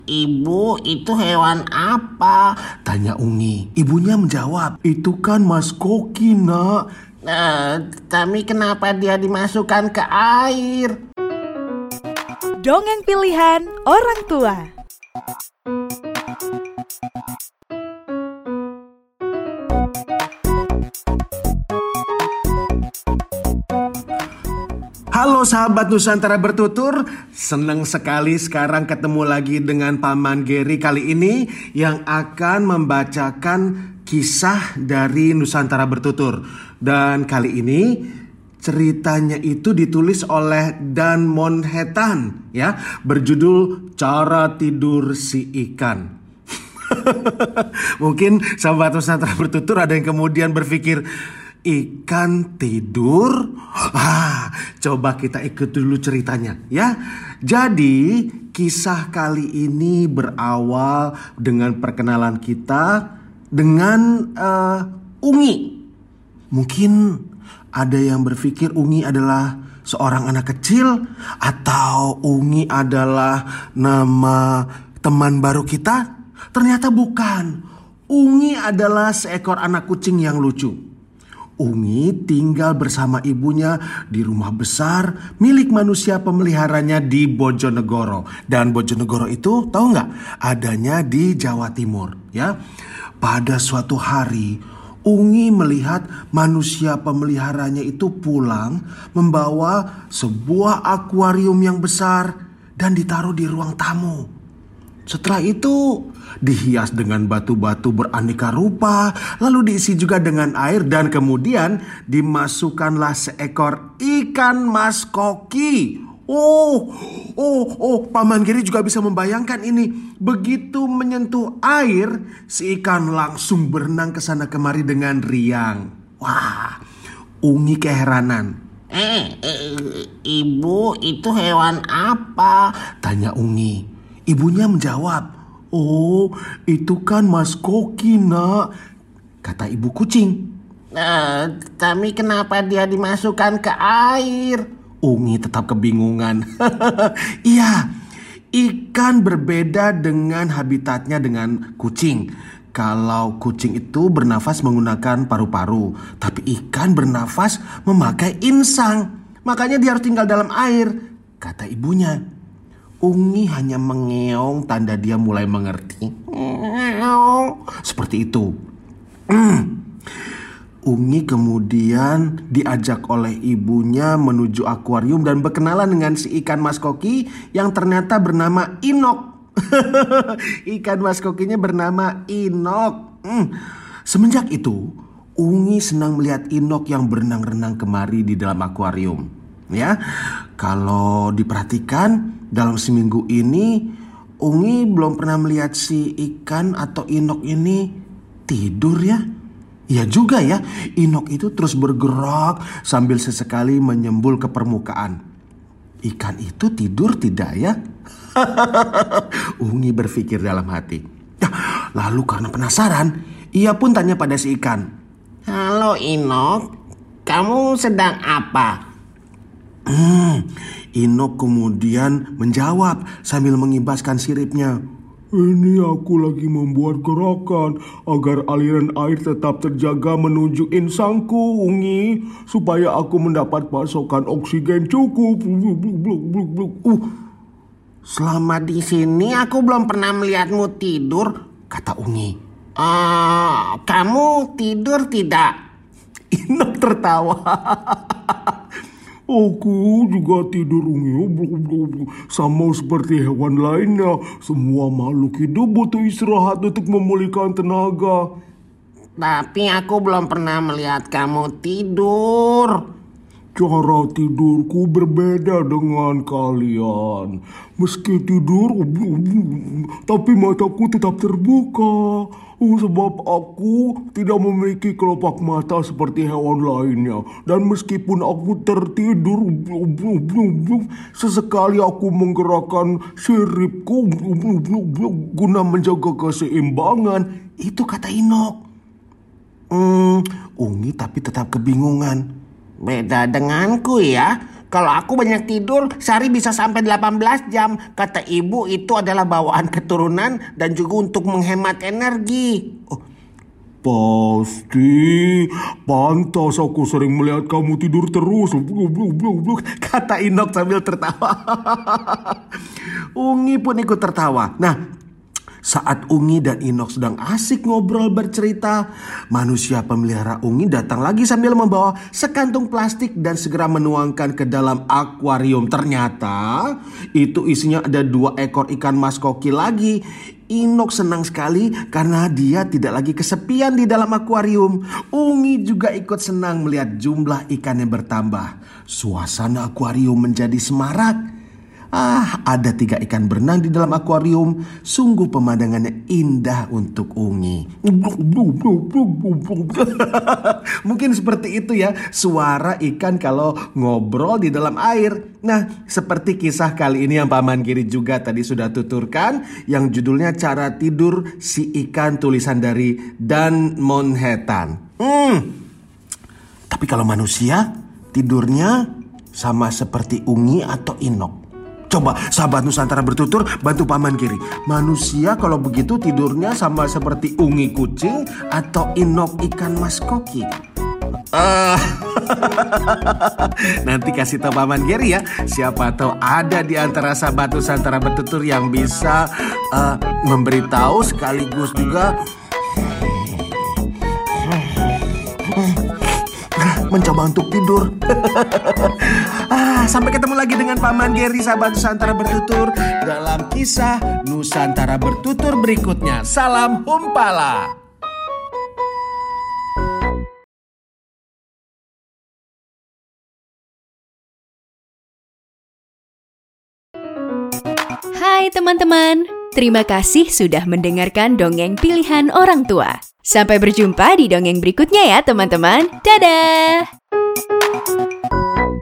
Ibu, itu hewan apa? Tanya Ungi. Ibunya menjawab, itu kan Mas Koki, nak. Tapi kenapa dia dimasukkan ke air? Dongeng pilihan orang tua. Halo sahabat Nusantara Bertutur, senang sekali sekarang ketemu lagi dengan Paman Geri kali ini yang akan membacakan kisah dari Nusantara Bertutur. Dan kali ini ceritanya itu ditulis oleh Dan Monhetan, ya, berjudul Cara Tidur Si Ikan. Mungkin sahabat Nusantara Bertutur ada yang kemudian berpikir, ikan tidur? Coba kita ikut dulu ceritanya, ya. Jadi kisah kali ini berawal dengan perkenalan kita dengan Ungi. Mungkin ada yang berpikir Ungi adalah seorang anak kecil, atau Ungi adalah nama teman baru kita. Ternyata bukan. Ungi adalah seekor anak kucing yang lucu. Ungi tinggal bersama ibunya di rumah besar milik manusia pemeliharanya di Bojonegoro. Dan Bojonegoro itu tahu nggak? Adanya di Jawa Timur, ya. Pada suatu hari, Ungi melihat manusia pemeliharanya itu pulang membawa sebuah akuarium yang besar dan ditaruh di ruang tamu. Setelah itu dihias dengan batu-batu beraneka rupa, lalu diisi juga dengan air, dan kemudian dimasukkanlah seekor ikan mas koki. Paman Geri juga bisa membayangkan ini. Begitu menyentuh air, si ikan langsung berenang ke sana kemari dengan riang. Wah, Ungi keheranan. Ibu, itu hewan apa? Tanya Ungi. Ibunya menjawab, oh, itu kan Mas Koki, nak. Kata ibu kucing. Tapi kenapa dia dimasukkan ke air? Ungi tetap kebingungan. Iya, ikan berbeda dengan habitatnya dengan kucing. Kalau kucing itu bernafas menggunakan paru-paru, tapi ikan bernafas memakai insang. Makanya dia harus tinggal dalam air, kata ibunya. Ungi hanya mengeong tanda dia mulai mengerti. Seperti itu. Ungi kemudian diajak oleh ibunya menuju akuarium dan berkenalan dengan si ikan mas koki yang ternyata bernama Inok. Ikan mas kokinya bernama Inok. Semenjak itu, Ungi senang melihat Inok yang berenang-renang kemari di dalam akuarium. Ya, kalau diperhatikan dalam seminggu ini, Ungi belum pernah melihat si ikan atau Inok ini tidur, ya. Iya juga ya, Inok itu terus bergerak sambil sesekali menyembul ke permukaan. Ikan itu tidur tidak ya? Ungi berpikir dalam hati. Lalu karena penasaran, ia pun tanya pada si ikan. Halo Inok, kamu sedang apa? Inok kemudian menjawab sambil mengibaskan siripnya. Ini aku lagi membuat gerakan agar aliran air tetap terjaga menuju insangku, Ungi, supaya aku mendapat pasokan oksigen cukup. Selama di sini aku belum pernah melihatmu tidur, kata Ungi. Kamu tidur tidak? Inok tertawa. Aku juga tidur, Ungi. Sama seperti hewan lainnya, semua makhluk hidup butuh istirahat untuk memulihkan tenaga. Tapi aku belum pernah melihat kamu tidur. Cara tidurku berbeda dengan kalian. Meski tidur, tapi mataku tetap terbuka. Sebab aku tidak memiliki kelopak mata seperti hewan lainnya. Dan meskipun aku tertidur, sesekali aku menggerakkan siripku guna menjaga keseimbangan. Itu kata Inok. Ungi tapi tetap kebingungan. Beda denganku ya. Kalau aku banyak tidur, sehari bisa sampai 18 jam. Kata ibu itu adalah bawaan keturunan dan juga untuk menghemat energi. Pasti, pantas aku sering melihat kamu tidur terus, Kata Inok sambil tertawa. Ungi pun ikut tertawa. Nah, saat Ungi dan Inok sedang asik ngobrol bercerita, manusia pemelihara Ungi datang lagi sambil membawa sekantung plastik dan segera menuangkan ke dalam akuarium. Ternyata itu isinya ada 2 ekor ikan mas koki lagi. Inok senang sekali karena dia tidak lagi kesepian di dalam akuarium. Ungi juga ikut senang melihat jumlah ikan yang bertambah. Suasana akuarium menjadi semarak. Ada 3 ikan berenang di dalam akuarium. Sungguh pemandangannya indah untuk Ungi. Mungkin seperti itu ya suara ikan kalau ngobrol di dalam air. Nah, seperti kisah kali ini yang Paman Giri juga tadi sudah tuturkan, yang judulnya Cara Tidur Si Ikan, tulisan dari Dan Monhetan. Tapi kalau manusia tidurnya sama seperti Ungi atau Inok? Coba sahabat Nusantara bertutur bantu Paman Giri. Manusia kalau begitu tidurnya sama seperti Ungi kucing atau Inok ikan mas koki? Nanti kasih tahu Paman Giri ya. Siapa tahu ada di antara sahabat Nusantara bertutur yang bisa memberitahu sekaligus juga mencoba untuk tidur. Sampai ketemu lagi dengan Paman Giri, sahabat Nusantara bertutur, dalam kisah Nusantara bertutur berikutnya. Salam Humpala. Hai teman-teman, terima kasih sudah mendengarkan dongeng pilihan orang tua. Sampai berjumpa di dongeng berikutnya ya teman-teman. Dadah!